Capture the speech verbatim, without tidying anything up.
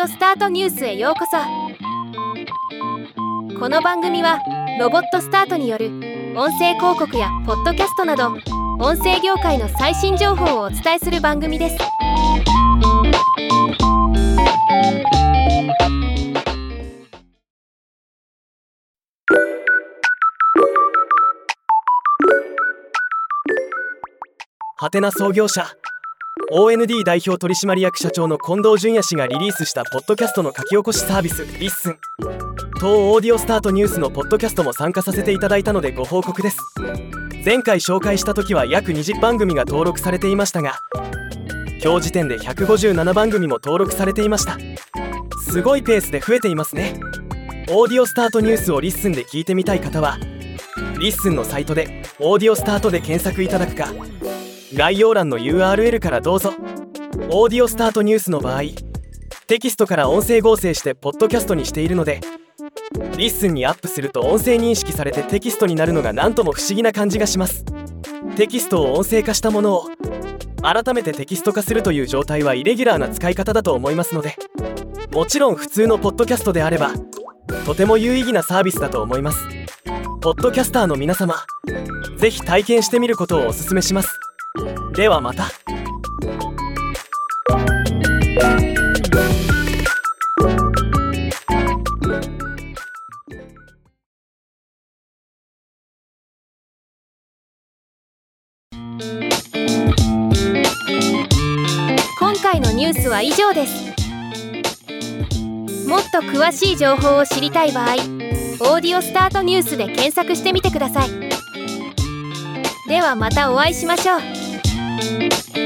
オスタートニュースへようこそ。この番組はロボットスタートによる音声広告やポッドキャストなど音声業界の最新情報をお伝えする番組です。 ハテナ創業者 オーエヌディー 代表取締役社長の近藤淳也氏がリリースしたポッドキャストの書き起こしサービスリッスン当オーディオスタートニュースのポッドキャストも参加させていただいたのでご報告です。前回紹介した時は約にじゅうばんぐみが登録されていましたが、今日時点でひゃくごじゅうななばんぐみも登録されていました。すごいペースで増えていますね。オーディオスタートニュースをリッスンで聞いてみたい方はリッスンのサイトでオーディオスタートで検索いただくか、概要欄の ユーアールエル からどうぞ。オーディオスタートニュースの場合、テキストから音声合成してポッドキャストにしているので、リッスンにアップすると音声認識されてテキストになるのが何とも不思議な感じがします。テキストを音声化したものを改めてテキスト化するという状態はイレギュラーな使い方だと思いますので、もちろん普通のポッドキャストであればとても有意義なサービスだと思います。ポッドキャスターの皆様、ぜひ体験してみることをお勧めします。ではまた。 今回のニュースは以上です。もっと詳しい情報を知りたい場合、オーディオスタートニュースで検索してみてください。ではまたお会いしましょう。